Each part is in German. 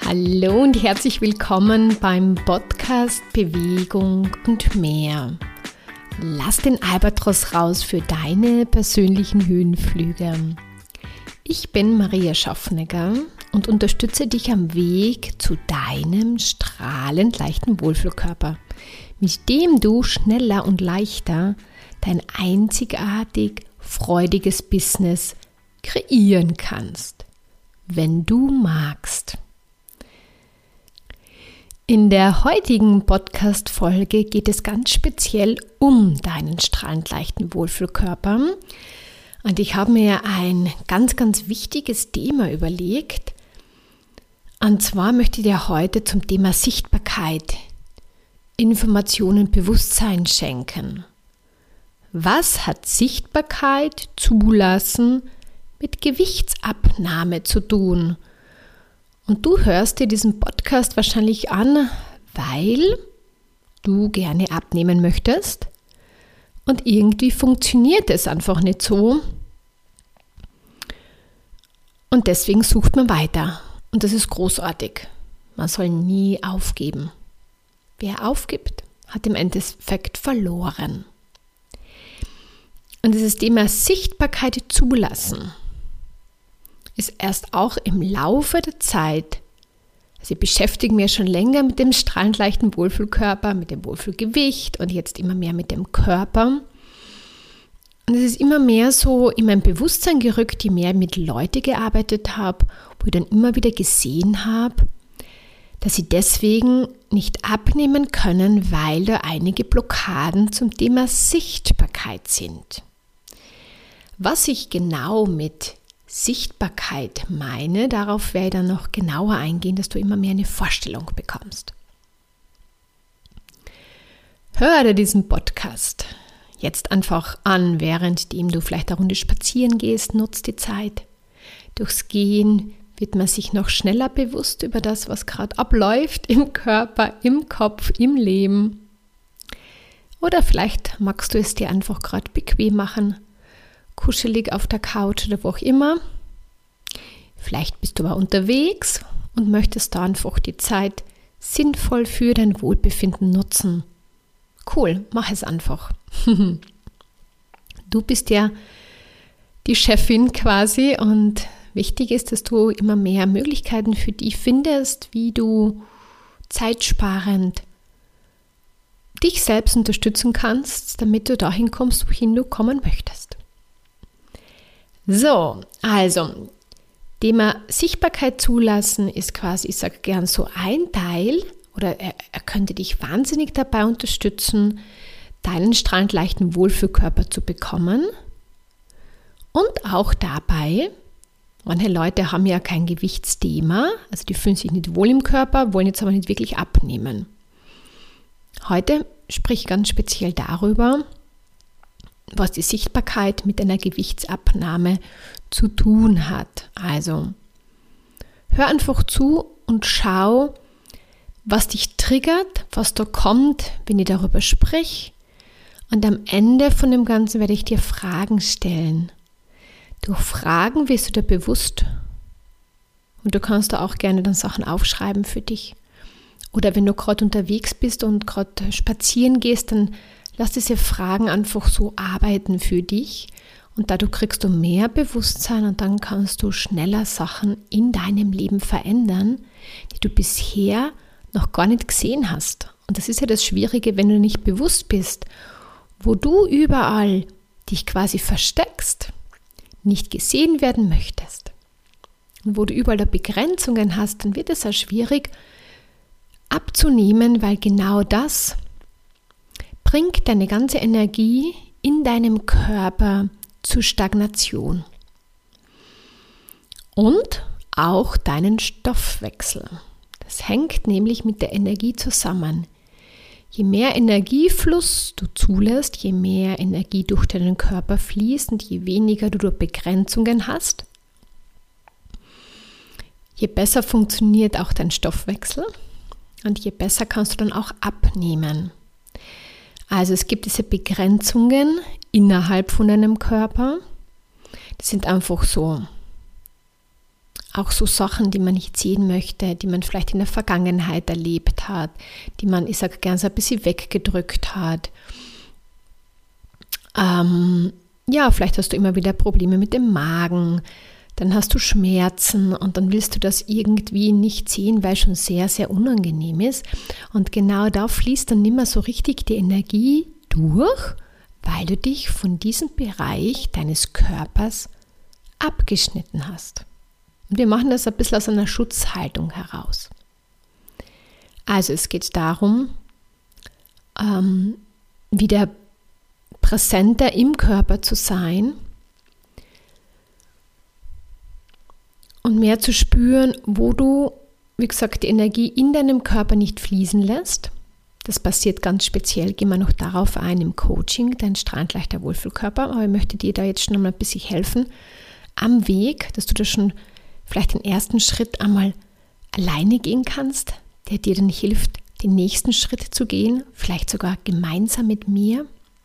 Hallo und herzlich willkommen beim Podcast Bewegung und mehr. Lass den Albatros raus für deine persönlichen Höhenflüge. Ich bin Maria Schaffnegger und unterstütze dich am Weg zu deinem strahlend leichten Wohlfühlkörper, mit dem du schneller und leichter dein einzigartig freudiges Business kreieren kannst, wenn du magst. In der heutigen Podcast-Folge geht es ganz speziell um deinen strahlend leichten Wohlfühlkörper. Und ich habe mir ein ganz, ganz wichtiges Thema überlegt. Und zwar möchte ich dir heute zum Thema Sichtbarkeit, Information und Bewusstsein schenken. Was hat Sichtbarkeit, Zulassen mit Gewichtsabnahme zu tun? Und du hörst dir diesen Podcast wahrscheinlich an, weil du gerne abnehmen möchtest und irgendwie funktioniert es einfach nicht so. Und deswegen sucht man weiter. Und das ist großartig. Man soll nie aufgeben. Wer aufgibt, hat im Endeffekt verloren. Und dieses Thema Sichtbarkeit zulassen ist erst auch im Laufe der Zeit, also ich beschäftige mich schon länger mit dem strahlend leichten Wohlfühlkörper, mit dem Wohlfühlgewicht und jetzt immer mehr mit dem Körper. Und es ist immer mehr so in mein Bewusstsein gerückt, je mehr ich mit Leuten gearbeitet habe, wo ich dann immer wieder gesehen habe, dass sie deswegen nicht abnehmen können, weil da einige Blockaden zum Thema Sichtbarkeit sind. Was ich genau mit Sichtbarkeit meine, darauf werde ich dann noch genauer eingehen, dass du immer mehr eine Vorstellung bekommst. Hör dir diesen Podcast jetzt einfach an, währenddem du vielleicht eine Runde spazieren gehst, nutz die Zeit. Durchs Gehen wird man sich noch schneller bewusst über das, was gerade abläuft im Körper, im Kopf, im Leben. Oder vielleicht magst du es dir einfach gerade bequem machen, kuschelig auf der Couch oder wo auch immer. Vielleicht bist du aber unterwegs und möchtest da einfach die Zeit sinnvoll für dein Wohlbefinden nutzen. Cool, mach es einfach. Du bist ja die Chefin quasi und wichtig ist, dass du immer mehr Möglichkeiten für dich findest, wie du zeitsparend dich selbst unterstützen kannst, damit du dahin kommst, wohin du kommen möchtest. So, also Thema Sichtbarkeit zulassen ist quasi, ich sage gern so ein Teil oder er könnte dich wahnsinnig dabei unterstützen, deinen strahlend leichten Wohlfühlkörper zu bekommen und auch dabei, manche Leute haben ja kein Gewichtsthema, also die fühlen sich nicht wohl im Körper, wollen jetzt aber nicht wirklich abnehmen. Heute spreche ich ganz speziell darüber, was die Sichtbarkeit mit einer Gewichtsabnahme zu tun hat. Also hör einfach zu und schau, was dich triggert, was da kommt, wenn ich darüber spreche. Und am Ende von dem Ganzen werde ich dir Fragen stellen. Durch Fragen wirst du dir bewusst und du kannst da auch gerne dann Sachen aufschreiben für dich. Oder wenn du gerade unterwegs bist und gerade spazieren gehst, dann lass diese Fragen einfach so arbeiten für dich und dadurch kriegst du mehr Bewusstsein und dann kannst du schneller Sachen in deinem Leben verändern, die du bisher noch gar nicht gesehen hast. Und das ist ja das Schwierige, wenn du nicht bewusst bist, wo du überall dich quasi versteckst, nicht gesehen werden möchtest und wo du überall da Begrenzungen hast, dann wird es ja schwierig abzunehmen, weil genau das bringt deine ganze Energie in deinem Körper zur Stagnation und auch deinen Stoffwechsel. Das hängt nämlich mit der Energie zusammen. Je mehr Energiefluss du zulässt, je mehr Energie durch deinen Körper fließt und je weniger du dort Begrenzungen hast, je besser funktioniert auch dein Stoffwechsel und je besser kannst du dann auch abnehmen. Also es gibt diese Begrenzungen innerhalb von deinem Körper. Das sind einfach so auch so Sachen, die man nicht sehen möchte, die man vielleicht in der Vergangenheit erlebt hat, die man, ich sage gerne, so ein bisschen weggedrückt hat. Vielleicht hast du immer wieder Probleme mit dem Magen, dann hast du Schmerzen und dann willst du das irgendwie nicht sehen, weil es schon sehr, sehr unangenehm ist. Und genau da fließt dann nicht mehr so richtig die Energie durch, weil du dich von diesem Bereich deines Körpers abgeschnitten hast. Und wir machen das ein bisschen aus einer Schutzhaltung heraus. Also es geht darum, wieder präsenter im Körper zu sein und mehr zu spüren, wo du, wie gesagt, die Energie in deinem Körper nicht fließen lässt. Das passiert ganz speziell, gehen wir noch darauf ein im Coaching, dein strahlend leichter Wohlfühlkörper. Aber ich möchte dir da jetzt schon einmal ein bisschen helfen am Weg, dass du da schon vielleicht den ersten Schritt einmal alleine gehen kannst, der dir dann hilft, den nächsten Schritt zu gehen, vielleicht sogar gemeinsam mit mir.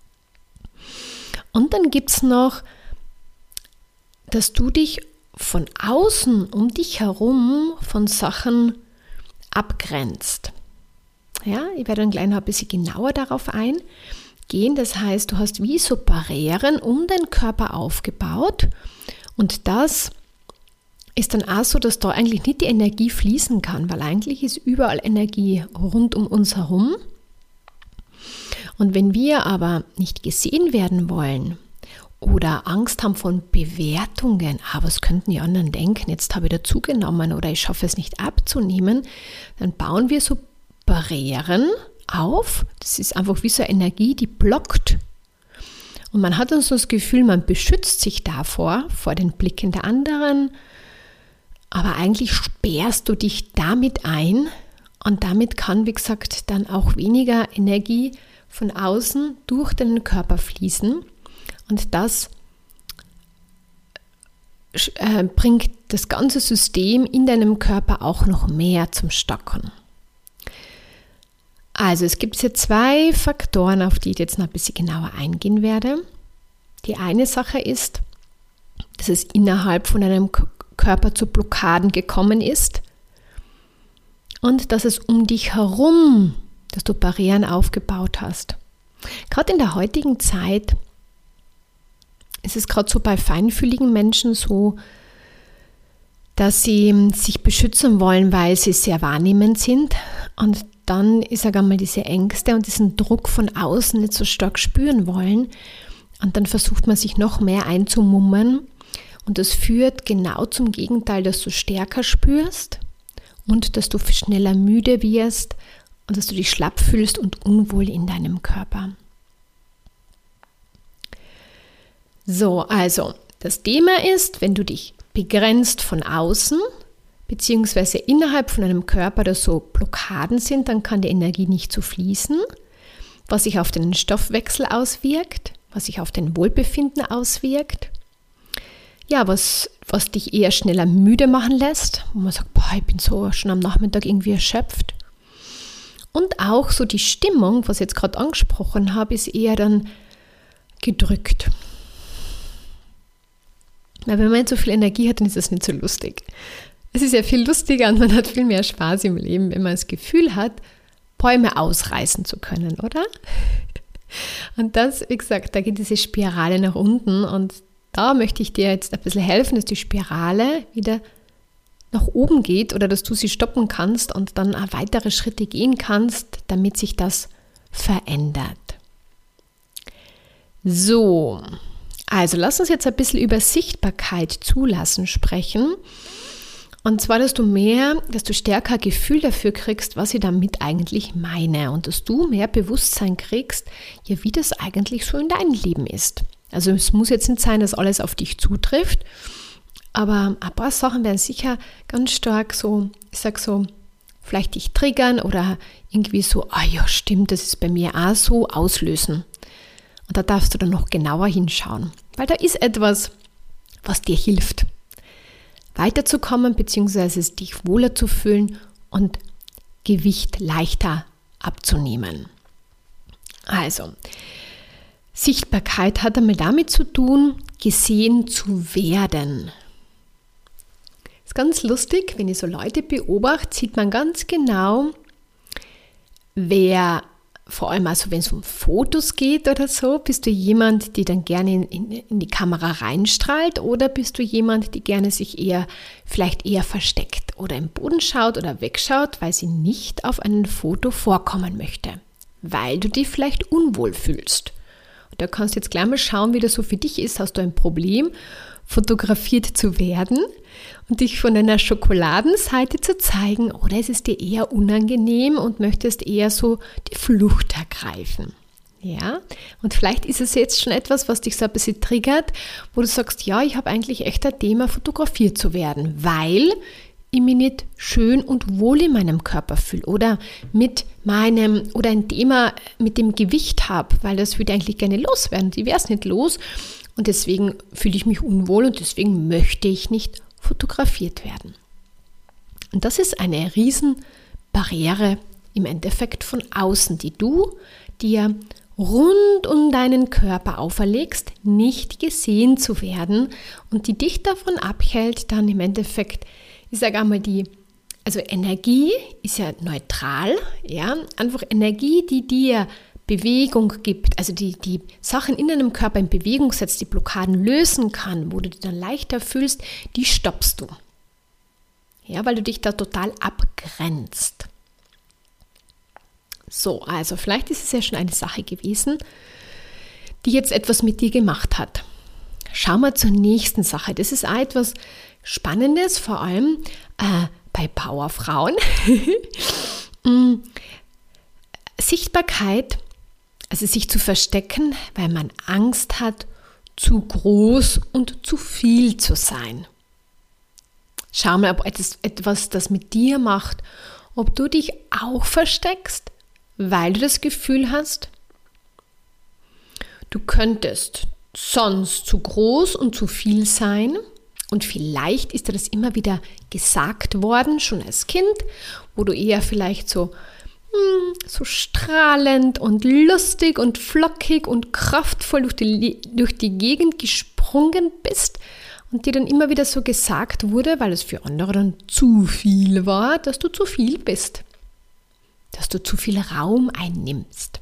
Und dann gibt es noch, dass du dich von außen um dich herum von Sachen abgrenzt. Ja, ich werde dann gleich noch ein bisschen genauer darauf eingehen. Das heißt, du hast wie so Barrieren um deinen Körper aufgebaut und das ist dann auch so, dass da eigentlich nicht die Energie fließen kann, weil eigentlich ist überall Energie rund um uns herum. Und wenn wir aber nicht gesehen werden wollen oder Angst haben von Bewertungen, was könnten die anderen denken, jetzt habe ich dazugenommen oder ich schaffe es nicht abzunehmen, dann bauen wir so Barrieren auf. Das ist einfach wie so eine Energie, die blockt. Und man hat dann so das Gefühl, man beschützt sich davor, vor den Blicken der anderen, aber eigentlich sperrst du dich damit ein und damit kann, wie gesagt, dann auch weniger Energie von außen durch deinen Körper fließen und das bringt das ganze System in deinem Körper auch noch mehr zum Stocken. Also es gibt hier 2 Faktoren, auf die ich jetzt noch ein bisschen genauer eingehen werde. Die eine Sache ist, dass es innerhalb von deinem Körper zu Blockaden gekommen ist und dass es um dich herum, dass du Barrieren aufgebaut hast. Gerade in der heutigen Zeit ist es gerade so bei feinfühligen Menschen so, dass sie sich beschützen wollen, weil sie sehr wahrnehmend sind und dann, ich sage einmal, diese Ängste und diesen Druck von außen nicht so stark spüren wollen und dann versucht man sich noch mehr einzumummen und das führt genau zum Gegenteil, dass du stärker spürst und dass du schneller müde wirst und dass du dich schlapp fühlst und unwohl in deinem Körper. So, also das Thema ist, wenn du dich begrenzt von außen, beziehungsweise innerhalb von einem Körper, da so Blockaden sind, dann kann die Energie nicht so fließen, was sich auf den Stoffwechsel auswirkt, was sich auf dein Wohlbefinden auswirkt. Ja, was dich eher schneller müde machen lässt, wo man sagt, ich bin so schon am Nachmittag irgendwie erschöpft. Und auch so die Stimmung, was ich jetzt gerade angesprochen habe, ist eher dann gedrückt. Weil wenn man nicht so viel Energie hat, dann ist das nicht so lustig. Es ist ja viel lustiger und man hat viel mehr Spaß im Leben, wenn man das Gefühl hat, Bäume ausreißen zu können, oder? Und das, wie gesagt, da geht diese Spirale nach unten und da möchte ich dir jetzt ein bisschen helfen, dass die Spirale wieder nach oben geht oder dass du sie stoppen kannst und dann auch weitere Schritte gehen kannst, damit sich das verändert. So, also lass uns jetzt ein bisschen über Sichtbarkeit zulassen sprechen. Und zwar, dass du stärker Gefühl dafür kriegst, was ich damit eigentlich meine und dass du mehr Bewusstsein kriegst, ja, wie das eigentlich so in deinem Leben ist. Also es muss jetzt nicht sein, dass alles auf dich zutrifft, aber ein paar Sachen werden sicher ganz stark so, ich sag so, vielleicht dich triggern oder irgendwie so, ja stimmt, das ist bei mir auch so, auslösen. Und da darfst du dann noch genauer hinschauen, weil da ist etwas, was dir hilft, weiterzukommen bzw. dich wohler zu fühlen und Gewicht leichter abzunehmen. Also, Sichtbarkeit hat einmal damit zu tun, gesehen zu werden. Es Ganz lustig, wenn ich so Leute beobachte, sieht man ganz genau, wer, vor allem also wenn es um Fotos geht oder so, bist du jemand, die dann gerne in die Kamera reinstrahlt, oder bist du jemand, die gerne sich vielleicht eher versteckt oder im Boden schaut oder wegschaut, weil sie nicht auf einem Foto vorkommen möchte, weil du dich vielleicht unwohl fühlst. Und da kannst du jetzt gleich mal schauen, wie das so für dich ist. Hast du ein Problem, fotografiert zu werden und dich von einer Schokoladenseite zu zeigen, oder ist es dir eher unangenehm und möchtest eher so die Flucht ergreifen? Ja, und vielleicht ist es jetzt schon etwas, was dich so ein bisschen triggert, wo du sagst, ja, ich habe eigentlich echt ein Thema, fotografiert zu werden, weil ich mich nicht schön und wohl in meinem Körper fühle oder ein Thema mit dem Gewicht habe, weil das würde ich eigentlich gerne loswerden, die wäre es nicht los. Und deswegen fühle ich mich unwohl und deswegen möchte ich nicht fotografiert werden. Und das ist eine Riesenbarriere im Endeffekt von außen, die du dir rund um deinen Körper auferlegst, nicht gesehen zu werden und die dich davon abhält, dann im Endeffekt, ich sage einmal, also Energie ist ja neutral, ja, einfach Energie, die dir Bewegung gibt, also die Sachen in deinem Körper in Bewegung setzt, die Blockaden lösen kann, wo du dich dann leichter fühlst, die stoppst du. Ja, weil du dich da total abgrenzt. So, also vielleicht ist es ja schon eine Sache gewesen, die jetzt etwas mit dir gemacht hat. Schau mal zur nächsten Sache. Das ist auch etwas Spannendes, vor allem bei Powerfrauen. Sichtbarkeit, also sich zu verstecken, weil man Angst hat, zu groß und zu viel zu sein. Schau mal, ob etwas das mit dir macht, ob du dich auch versteckst, weil du das Gefühl hast, du könntest sonst zu groß und zu viel sein. Und vielleicht ist dir das immer wieder gesagt worden, schon als Kind, wo du eher vielleicht so strahlend und lustig und flockig und kraftvoll durch die Gegend gesprungen bist und dir dann immer wieder so gesagt wurde, weil es für andere dann zu viel war, dass du zu viel bist, dass du zu viel Raum einnimmst.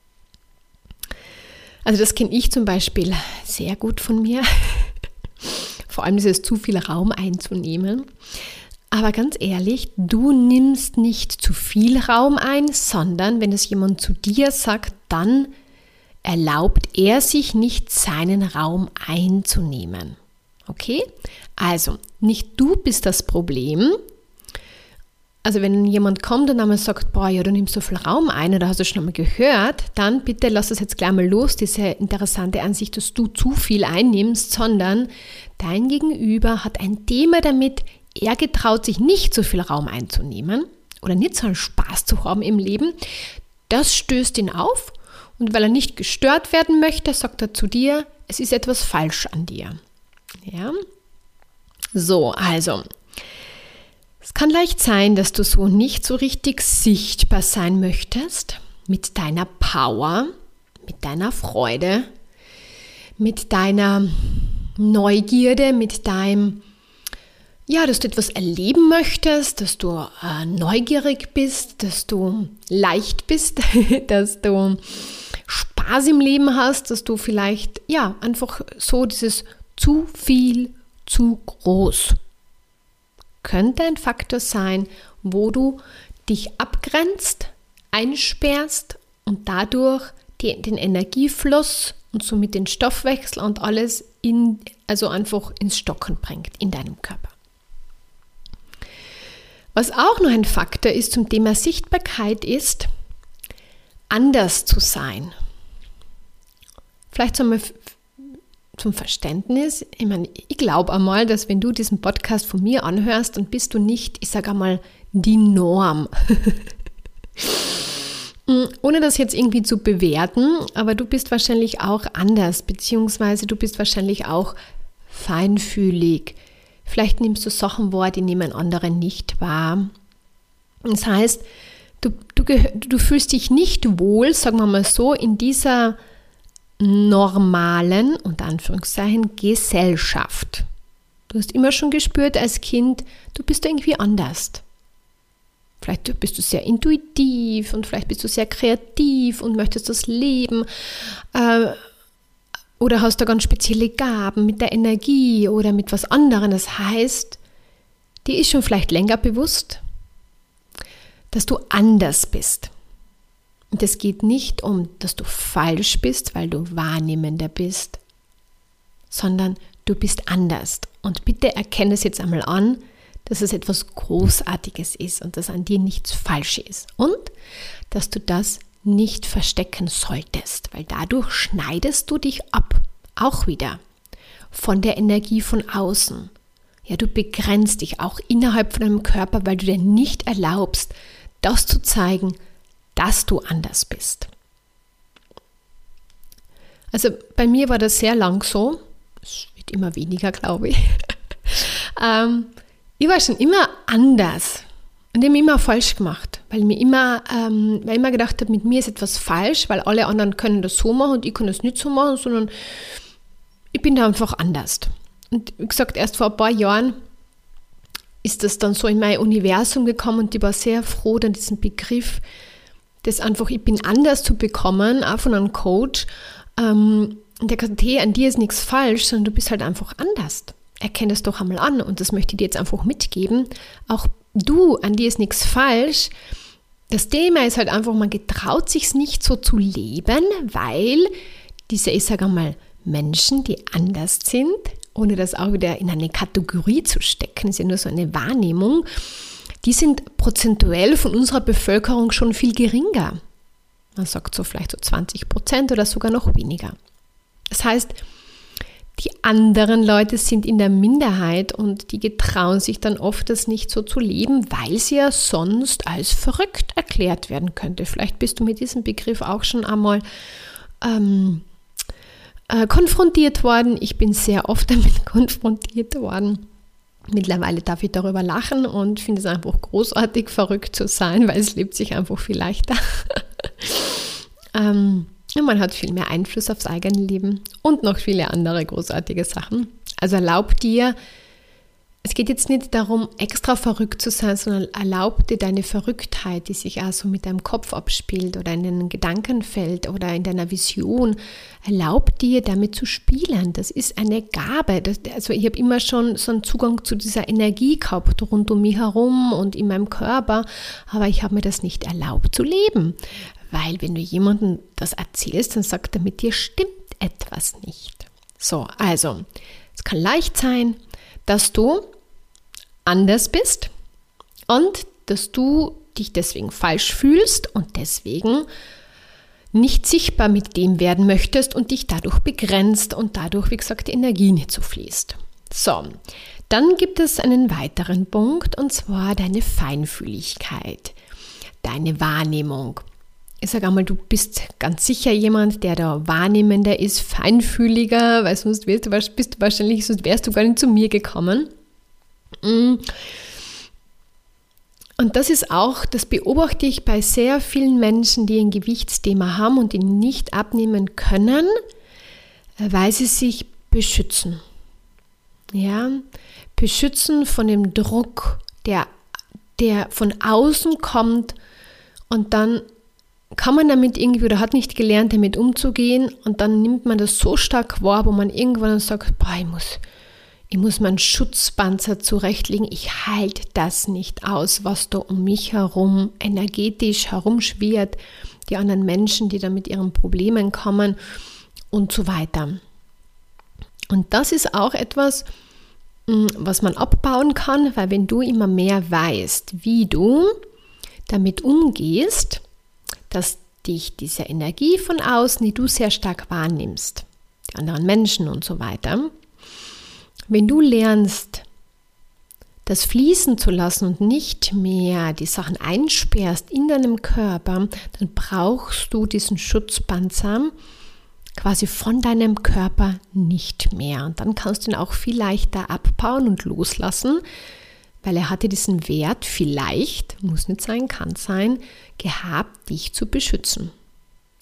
Also das kenne ich zum Beispiel sehr gut von mir, vor allem dieses zu viel Raum einzunehmen. Aber ganz ehrlich, du nimmst nicht zu viel Raum ein, sondern wenn es jemand zu dir sagt, dann erlaubt er sich nicht, seinen Raum einzunehmen. Okay? Also, nicht du bist das Problem. Also wenn jemand kommt und einmal sagt, boah, ja, du nimmst so viel Raum ein, oder hast du schon einmal gehört, dann bitte lass das jetzt gleich mal los, diese interessante Ansicht, dass du zu viel einnimmst, sondern dein Gegenüber hat ein Thema damit, er getraut sich nicht so viel Raum einzunehmen oder nicht so einen Spaß zu haben im Leben. Das stößt ihn auf und weil er nicht gestört werden möchte, sagt er zu dir, es ist etwas falsch an dir. Ja? So, also, es kann leicht sein, dass du so nicht so richtig sichtbar sein möchtest mit deiner Power, mit deiner Freude, mit deiner Neugierde, mit deinem dass du etwas erleben möchtest, dass du neugierig bist, dass du leicht bist, dass du Spaß im Leben hast, dass du vielleicht einfach so dieses zu viel, zu groß könnte ein Faktor sein, wo du dich abgrenzt, einsperrst und dadurch den Energiefluss und somit den Stoffwechsel und alles einfach ins Stocken bringt in deinem Körper. Was auch noch ein Faktor ist zum Thema Sichtbarkeit ist, anders zu sein. Vielleicht zum Verständnis, ich glaube einmal, dass wenn du diesen Podcast von mir anhörst, dann bist du nicht, ich sage einmal, die Norm. Ohne das jetzt irgendwie zu bewerten, aber du bist wahrscheinlich auch anders, beziehungsweise du bist wahrscheinlich auch feinfühlig. Vielleicht nimmst du Sachen wahr, die nehmen andere nicht wahr. Das heißt, du fühlst dich nicht wohl, sagen wir mal so, in dieser normalen, unter Anführungszeichen, Gesellschaft. Du hast immer schon gespürt als Kind, du bist irgendwie anders. Vielleicht bist du sehr intuitiv und vielleicht bist du sehr kreativ und möchtest das leben. Oder hast du ganz spezielle Gaben mit der Energie oder mit was anderem. Das heißt, dir ist schon vielleicht länger bewusst, dass du anders bist. Und es geht nicht um, dass du falsch bist, weil du wahrnehmender bist, sondern du bist anders. Und bitte erkenne es jetzt einmal an, dass es etwas Großartiges ist und dass an dir nichts falsch ist. Und dass du das nicht verstecken solltest, weil dadurch schneidest du dich ab, auch wieder, von der Energie von außen. Ja, du begrenzt dich auch innerhalb von deinem Körper, weil du dir nicht erlaubst, das zu zeigen, dass du anders bist. Also bei mir war das sehr lang so, es wird immer weniger, glaube ich. Ich war schon immer anders und ich habe immer falsch gemacht, weil ich immer gedacht habe, mit mir ist etwas falsch, weil alle anderen können das so machen und ich kann das nicht so machen, sondern ich bin da einfach anders. Und wie gesagt, erst vor ein paar Jahren ist das dann so in mein Universum gekommen und ich war sehr froh, dann diesen Begriff, das einfach, ich bin anders zu bekommen, auch von einem Coach. Und der gesagt, hey, an dir ist nichts falsch, sondern du bist halt einfach anders. Erkenne es doch einmal an und das möchte ich dir jetzt einfach mitgeben. Auch du, an dir ist nichts falsch. Das Thema ist halt einfach, man getraut sich nicht so zu leben, weil diese, ich sage einmal, Menschen, die anders sind, ohne das auch wieder in eine Kategorie zu stecken, ist ja nur so eine Wahrnehmung, die sind prozentuell von unserer Bevölkerung schon viel geringer. Man sagt so vielleicht so 20% oder sogar noch weniger. Das heißt, die anderen Leute sind in der Minderheit und die getrauen sich dann oft, das nicht so zu leben, weil sie ja sonst als verrückt erklärt werden könnte. Vielleicht bist du mit diesem Begriff auch schon einmal konfrontiert worden. Ich bin sehr oft damit konfrontiert worden. Mittlerweile darf ich darüber lachen und finde es einfach großartig, verrückt zu sein, weil es lebt sich einfach viel leichter. Man hat viel mehr Einfluss aufs eigene Leben und noch viele andere großartige Sachen. Also erlaub dir, es geht jetzt nicht darum, extra verrückt zu sein, sondern erlaub dir deine Verrücktheit, die sich auch so mit deinem Kopf abspielt oder in deinem Gedankenfeld oder in deiner Vision. Erlaub dir, damit zu spielen. Das ist eine Gabe. Also ich habe immer schon so einen Zugang zu dieser Energie gehabt, rund um mich herum und in meinem Körper, aber ich habe mir das nicht erlaubt zu leben. Weil wenn du jemandem das erzählst, dann sagt er, mit dir stimmt etwas nicht. So, also, es kann leicht sein, dass du anders bist und dass du dich deswegen falsch fühlst und deswegen nicht sichtbar mit dem werden möchtest und dich dadurch begrenzt und dadurch, wie gesagt, die Energie nicht so fließt. So, dann gibt es einen weiteren Punkt und zwar deine Feinfühligkeit, deine Wahrnehmung. Ich sage einmal, du bist ganz sicher jemand, der da wahrnehmender ist, feinfühliger, weil sonst bist du wahrscheinlich, sonst wärst du gar nicht zu mir gekommen. Und das ist auch, das beobachte ich bei sehr vielen Menschen, die ein Gewichtsthema haben und die nicht abnehmen können, weil sie sich beschützen. Ja, beschützen von dem Druck, der von außen kommt und dann kann man damit irgendwie oder hat nicht gelernt, damit umzugehen und dann nimmt man das so stark wahr, wo man irgendwann sagt, boah, ich muss meinen Schutzpanzer zurechtlegen, ich halte das nicht aus, was da um mich herum energetisch herumschwirrt, die anderen Menschen, die da mit ihren Problemen kommen und so weiter. Und das ist auch etwas, was man abbauen kann, weil wenn du immer mehr weißt, wie du damit umgehst, dass dich diese Energie von außen, die du sehr stark wahrnimmst, die anderen Menschen und so weiter, wenn du lernst, das fließen zu lassen und nicht mehr die Sachen einsperrst in deinem Körper, dann brauchst du diesen Schutzpanzer quasi von deinem Körper nicht mehr. Und dann kannst du ihn auch viel leichter abbauen und loslassen, weil er hatte diesen Wert vielleicht, muss nicht sein, kann sein, gehabt, dich zu beschützen.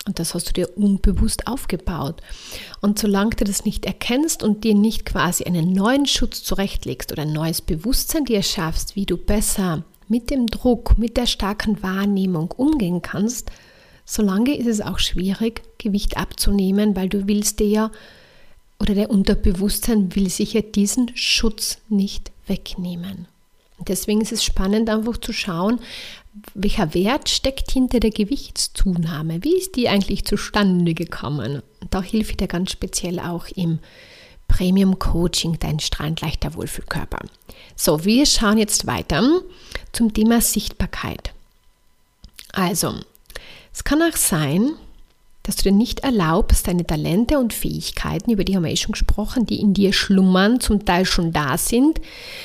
Und das hast du dir unbewusst aufgebaut. Und solange du das nicht erkennst und dir nicht quasi einen neuen Schutz zurechtlegst oder ein neues Bewusstsein dir schaffst, wie du besser mit dem Druck, mit der starken Wahrnehmung umgehen kannst, solange ist es auch schwierig, Gewicht abzunehmen, weil du willst dir ja, oder der Unterbewusstsein will sich ja diesen Schutz nicht wegnehmen. Und deswegen ist es spannend, einfach zu schauen, welcher Wert steckt hinter der Gewichtszunahme? Wie ist die eigentlich zustande gekommen? Und da hilft dir ganz speziell auch im Premium Coaching dein strahlend leichter Wohlfühlkörper. So, wir schauen jetzt weiter zum Thema Sichtbarkeit. Also, es kann auch sein, dass du dir nicht erlaubst, deine Talente und Fähigkeiten, über die haben wir schon gesprochen, die in dir schlummern, zum Teil schon da sind.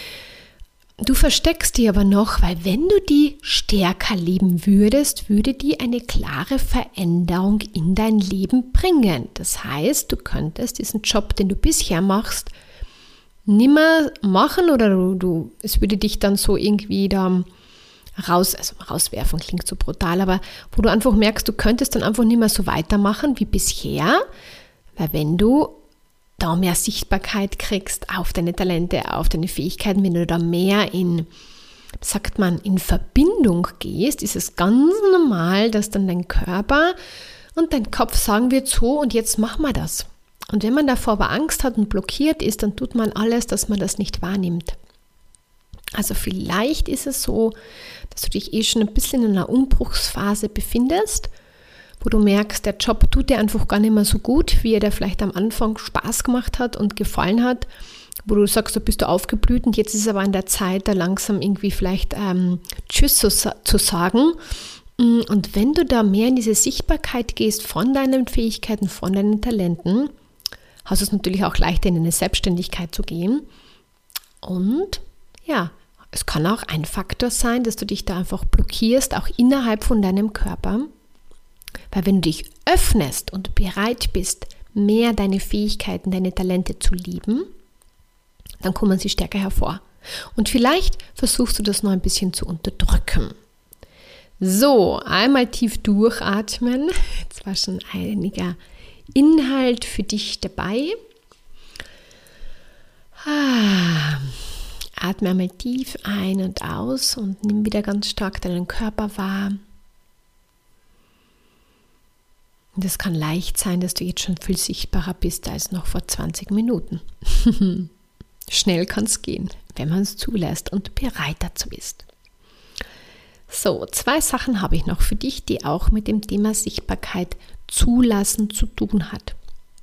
Du versteckst die aber noch, weil wenn du die stärker leben würdest, würde die eine klare Veränderung in dein Leben bringen. Das heißt, du könntest diesen Job, den du bisher machst, nimmer machen oder es würde dich dann so irgendwie da rauswerfen, klingt so brutal, aber wo du einfach merkst, du könntest dann einfach nicht mehr so weitermachen wie bisher, weil wenn du da mehr Sichtbarkeit kriegst auf deine Talente, auf deine Fähigkeiten, wenn du da mehr in Verbindung gehst, ist es ganz normal, dass dann dein Körper und dein Kopf sagen wird, so und jetzt machen wir das. Und wenn man davor aber Angst hat und blockiert ist, dann tut man alles, dass man das nicht wahrnimmt. Also vielleicht ist es so, dass du dich schon ein bisschen in einer Umbruchsphase befindest, wo du merkst, der Job tut dir einfach gar nicht mehr so gut, wie er dir vielleicht am Anfang Spaß gemacht hat und gefallen hat, wo du sagst, da bist du aufgeblüht und jetzt ist aber an der Zeit, da langsam irgendwie vielleicht Tschüss zu sagen. Und wenn du da mehr in diese Sichtbarkeit gehst von deinen Fähigkeiten, von deinen Talenten, hast du es natürlich auch leichter, in eine Selbstständigkeit zu gehen. Und ja, es kann auch ein Faktor sein, dass du dich da einfach blockierst, auch innerhalb von deinem Körper. Weil wenn du dich öffnest und bereit bist, mehr deine Fähigkeiten, deine Talente zu lieben, dann kommen sie stärker hervor. Und vielleicht versuchst du das noch ein bisschen zu unterdrücken. So, einmal tief durchatmen. Jetzt war schon einiger Inhalt für dich dabei. Atme einmal tief ein und aus und nimm wieder ganz stark deinen Körper wahr. Und es kann leicht sein, dass du jetzt schon viel sichtbarer bist als noch vor 20 Minuten. Schnell kann es gehen, wenn man es zulässt und bereit dazu ist. So, 2 Sachen habe ich noch für dich, die auch mit dem Thema Sichtbarkeit zulassen zu tun hat.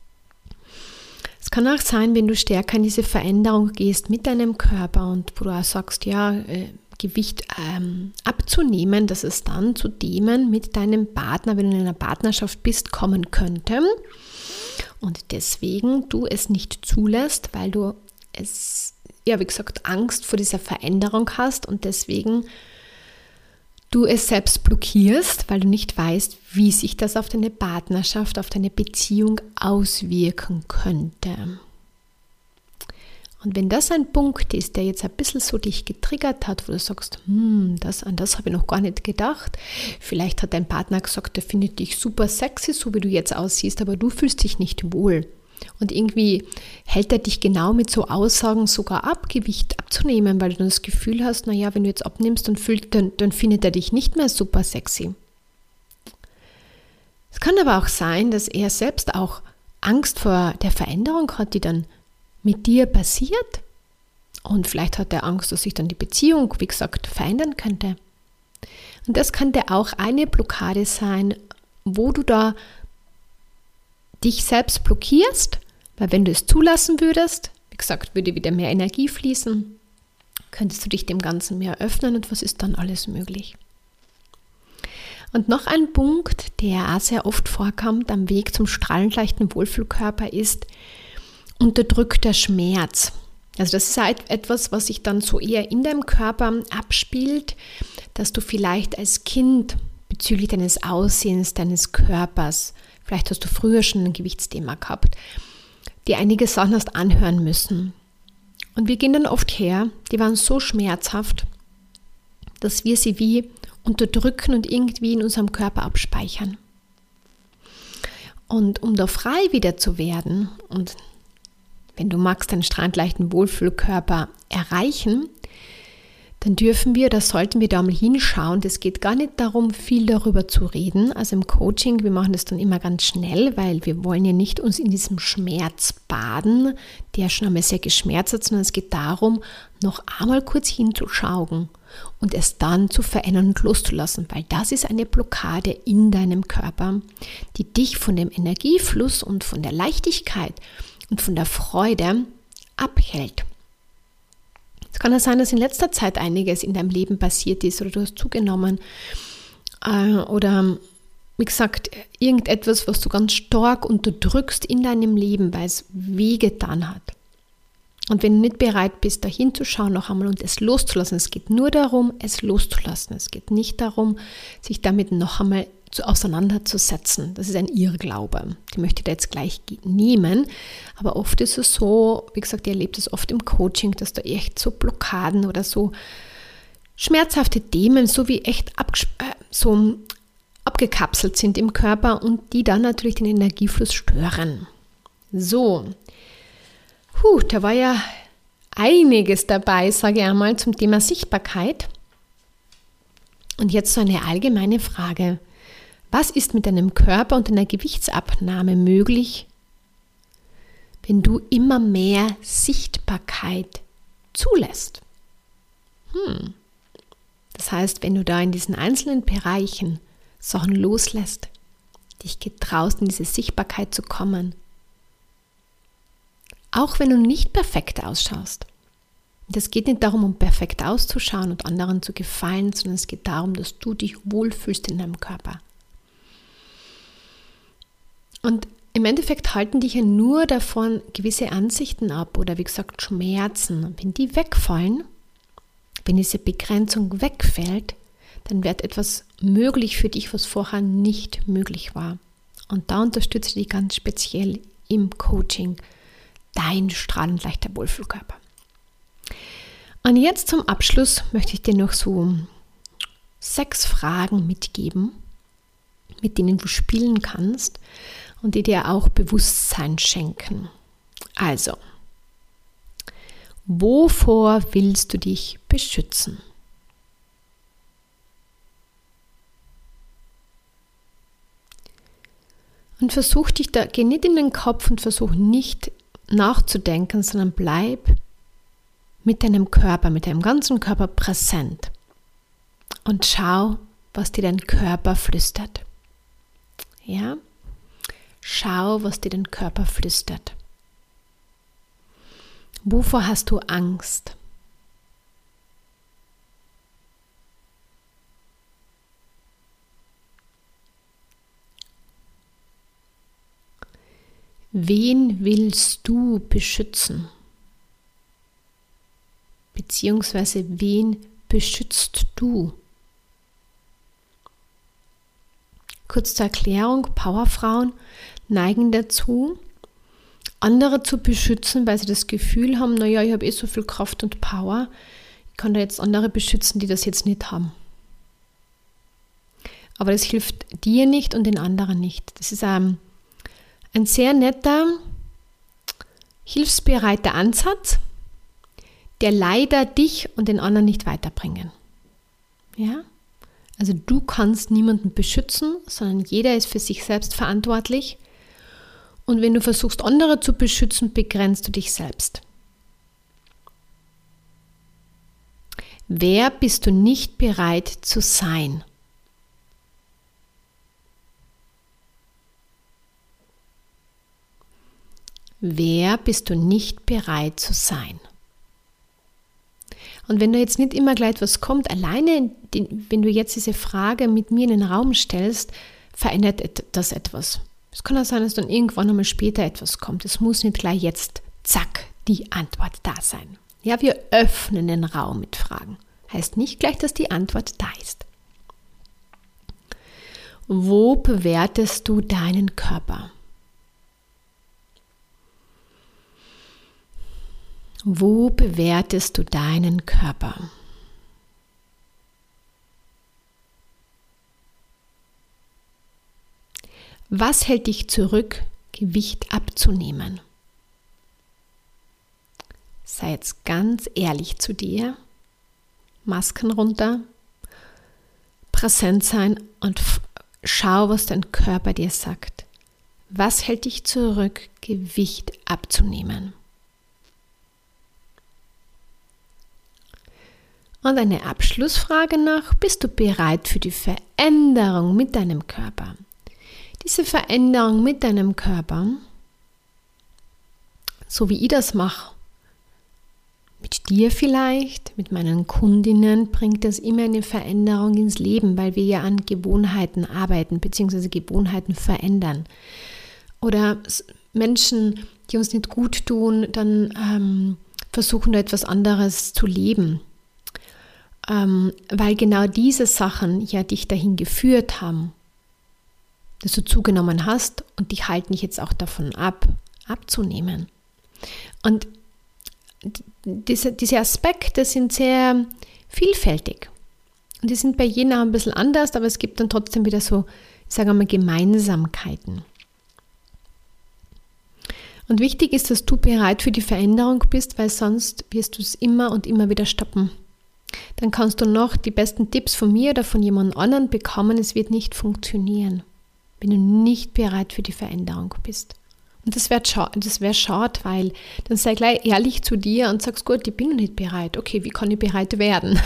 Es kann auch sein, wenn du stärker in diese Veränderung gehst mit deinem Körper und wo du auch sagst, ja, Gewicht abzunehmen, dass es dann zu Themen mit deinem Partner, wenn du in einer Partnerschaft bist, kommen könnte. Und deswegen du es nicht zulässt, weil du es, ja, wie gesagt, Angst vor dieser Veränderung hast und deswegen du es selbst blockierst, weil du nicht weißt, wie sich das auf deine Partnerschaft, auf deine Beziehung auswirken könnte. Und wenn das ein Punkt ist, der jetzt ein bisschen so dich getriggert hat, wo du sagst, an das habe ich noch gar nicht gedacht. Vielleicht hat dein Partner gesagt, der findet dich super sexy, so wie du jetzt aussiehst, aber du fühlst dich nicht wohl. Und irgendwie hält er dich genau mit so Aussagen sogar ab, Gewicht abzunehmen, weil du dann das Gefühl hast, naja, wenn du jetzt abnimmst, dann findet er dich nicht mehr super sexy. Es kann aber auch sein, dass er selbst auch Angst vor der Veränderung hat, die dann mit dir passiert. Und vielleicht hat er Angst, dass sich dann die Beziehung, wie gesagt, verändern könnte. Und das könnte auch eine Blockade sein, wo du da dich selbst blockierst, weil wenn du es zulassen würdest, wie gesagt, würde wieder mehr Energie fließen, könntest du dich dem Ganzen mehr öffnen und was ist dann alles möglich. Und noch ein Punkt, der auch sehr oft vorkommt am Weg zum strahlend leichten Wohlfühlkörper ist unterdrückter Schmerz. Also das ist halt etwas, was sich dann so eher in deinem Körper abspielt, dass du vielleicht als Kind bezüglich deines Aussehens, deines Körpers, vielleicht hast du früher schon ein Gewichtsthema gehabt, dir einige Sachen hast anhören müssen. Und wir gehen dann oft her, die waren so schmerzhaft, dass wir sie wie unterdrücken und irgendwie in unserem Körper abspeichern. Und um da frei wieder zu werden und wenn du magst, einen strandleichten Wohlfühlkörper erreichen, dann dürfen wir oder sollten wir da mal hinschauen. Es geht gar nicht darum, viel darüber zu reden. Also im Coaching, wir machen das dann immer ganz schnell, weil wir wollen ja nicht uns in diesem Schmerz baden, der schon einmal sehr geschmerzt hat, sondern es geht darum, noch einmal kurz hinzuschauen und es dann zu verändern und loszulassen, weil das ist eine Blockade in deinem Körper, die dich von dem Energiefluss und von der Leichtigkeit und von der Freude abhält. Es kann ja sein, dass in letzter Zeit einiges in deinem Leben passiert ist oder du hast zugenommen oder wie gesagt, irgendetwas, was du ganz stark unterdrückst in deinem Leben, weil es wehgetan hat. Und wenn du nicht bereit bist, da hinzuschauen noch einmal und es loszulassen, es geht nur darum, es loszulassen. Es geht nicht darum, sich damit noch einmal auseinanderzusetzen. Das ist ein Irrglaube. Die möchte ich da jetzt gleich nehmen. Aber oft ist es so, wie gesagt, ihr erlebt es oft im Coaching, dass da echt so Blockaden oder so schmerzhafte Themen so wie echt so abgekapselt sind im Körper und die dann natürlich den Energiefluss stören. So, da war ja einiges dabei, sage ich einmal, zum Thema Sichtbarkeit. Und jetzt so eine allgemeine Frage. Was ist mit deinem Körper und deiner Gewichtsabnahme möglich, wenn du immer mehr Sichtbarkeit zulässt? Das heißt, wenn du da in diesen einzelnen Bereichen Sachen loslässt, dich getraust, in diese Sichtbarkeit zu kommen, auch wenn du nicht perfekt ausschaust. Es geht nicht darum, um perfekt auszuschauen und anderen zu gefallen, sondern es geht darum, dass du dich wohlfühlst in deinem Körper. Und im Endeffekt halten dich ja nur davon gewisse Ansichten ab oder wie gesagt Schmerzen. Und wenn die wegfallen, wenn diese Begrenzung wegfällt, dann wird etwas möglich für dich, was vorher nicht möglich war. Und da unterstütze ich dich ganz speziell im Coaching, dein strahlend leichter Wohlfühlkörper. Und jetzt zum Abschluss möchte ich dir noch so 6 Fragen mitgeben, mit denen du spielen kannst und die dir auch Bewusstsein schenken. Also, wovor willst du dich beschützen? Und geh nicht in den Kopf und versuch nicht nachzudenken, sondern bleib mit deinem Körper, mit deinem ganzen Körper präsent und schau, was dir dein Körper flüstert. Ja? Schau, was dir dein Körper flüstert. Wovor hast du Angst? Wen willst du beschützen? Beziehungsweise wen beschützt du? Kurz zur Erklärung, Powerfrauen neigen dazu, andere zu beschützen, weil sie das Gefühl haben, naja, ich habe so viel Kraft und Power, ich kann da jetzt andere beschützen, die das jetzt nicht haben. Aber das hilft dir nicht und den anderen nicht. Das ist ein sehr netter, hilfsbereiter Ansatz, der leider dich und den anderen nicht weiterbringen. Ja? Also du kannst niemanden beschützen, sondern jeder ist für sich selbst verantwortlich. Und wenn du versuchst, andere zu beschützen, begrenzt du dich selbst. Wer bist du nicht bereit zu sein? Wer bist du nicht bereit zu sein? Und wenn da jetzt nicht immer gleich was kommt, alleine, wenn du jetzt diese Frage mit mir in den Raum stellst, verändert das etwas. Es kann auch sein, dass dann irgendwann einmal später etwas kommt. Es muss nicht gleich jetzt, zack, die Antwort da sein. Ja, wir öffnen den Raum mit Fragen. Heißt nicht gleich, dass die Antwort da ist. Wo bewertest du deinen Körper? Wo bewertest du deinen Körper? Was hält dich zurück, Gewicht abzunehmen? Sei jetzt ganz ehrlich zu dir. Masken runter, präsent sein und schau, was dein Körper dir sagt. Was hält dich zurück, Gewicht abzunehmen? Und eine Abschlussfrage noch, bist du bereit für die Veränderung mit deinem Körper? Diese Veränderung mit deinem Körper, so wie ich das mache, mit dir vielleicht, mit meinen Kundinnen, bringt das immer eine Veränderung ins Leben, weil wir ja an Gewohnheiten arbeiten bzw. Gewohnheiten verändern. Oder Menschen, die uns nicht gut tun, dann versuchen da etwas anderes zu leben. Weil genau diese Sachen ja dich dahin geführt haben, dass du zugenommen hast und die halten dich jetzt auch davon ab, abzunehmen. Und diese Aspekte sind sehr vielfältig. Und die sind bei jedem auch ein bisschen anders, aber es gibt dann trotzdem wieder so, sagen wir mal, Gemeinsamkeiten. Und wichtig ist, dass du bereit für die Veränderung bist, weil sonst wirst du es immer und immer wieder stoppen. Dann kannst du noch die besten Tipps von mir oder von jemand anderem bekommen, es wird nicht funktionieren, wenn du nicht bereit für die Veränderung bist. Und das wäre schade, weil dann sei gleich ehrlich zu dir und sagst, gut, ich bin noch nicht bereit. Okay, wie kann ich bereit werden?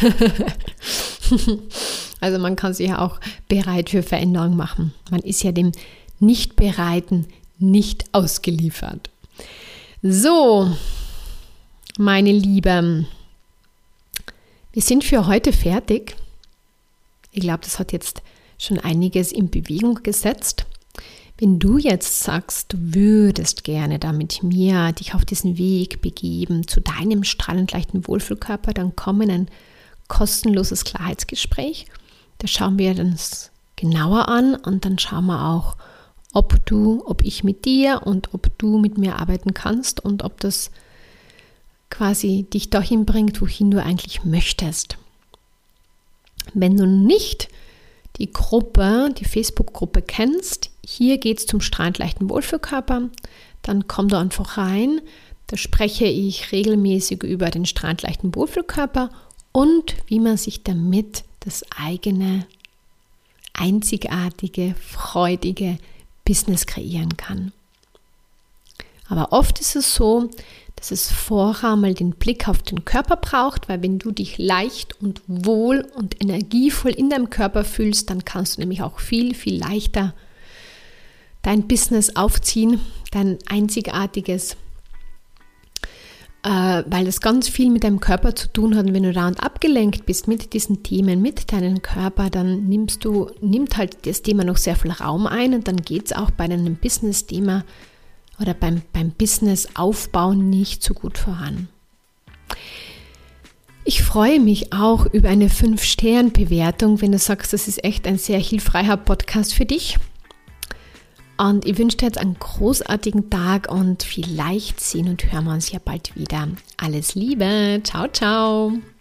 Also man kann sich ja auch bereit für Veränderung machen. Man ist ja dem Nicht-Bereiten nicht ausgeliefert. So, meine Lieben, wir sind für heute fertig. Ich glaube, das hat jetzt schon einiges in Bewegung gesetzt. Wenn du jetzt sagst, du würdest gerne da mit mir dich auf diesen Weg begeben zu deinem strahlend leichten Wohlfühlkörper, dann komm in ein kostenloses Klarheitsgespräch. Da schauen wir uns genauer an und dann schauen wir auch, ob ich mit dir und ob du mit mir arbeiten kannst und ob das quasi dich dahin bringt, wohin du eigentlich möchtest. Wenn du nicht die Facebook-Gruppe kennst, hier geht es zum strahlend leichten Wohlfühlkörper, dann komm da einfach rein. Da spreche ich regelmäßig über den strahlend leichten Wohlfühlkörper und wie man sich damit das eigene, einzigartige, freudige Business kreieren kann. Aber oft ist es so, dass es vorher mal den Blick auf den Körper braucht, weil wenn du dich leicht und wohl und energievoll in deinem Körper fühlst, dann kannst du nämlich auch viel, viel leichter dein Business aufziehen, dein einzigartiges, weil das ganz viel mit deinem Körper zu tun hat. Und wenn du da und abgelenkt bist mit diesen Themen, mit deinem Körper, dann nimmt halt das Thema noch sehr viel Raum ein und dann geht es auch bei deinem Business-Thema oder beim Business-Aufbau nicht so gut voran. Ich freue mich auch über eine 5-Sterne-Bewertung, wenn du sagst, das ist echt ein sehr hilfreicher Podcast für dich. Und ich wünsche dir jetzt einen großartigen Tag und vielleicht sehen und hören wir uns ja bald wieder. Alles Liebe, ciao, ciao.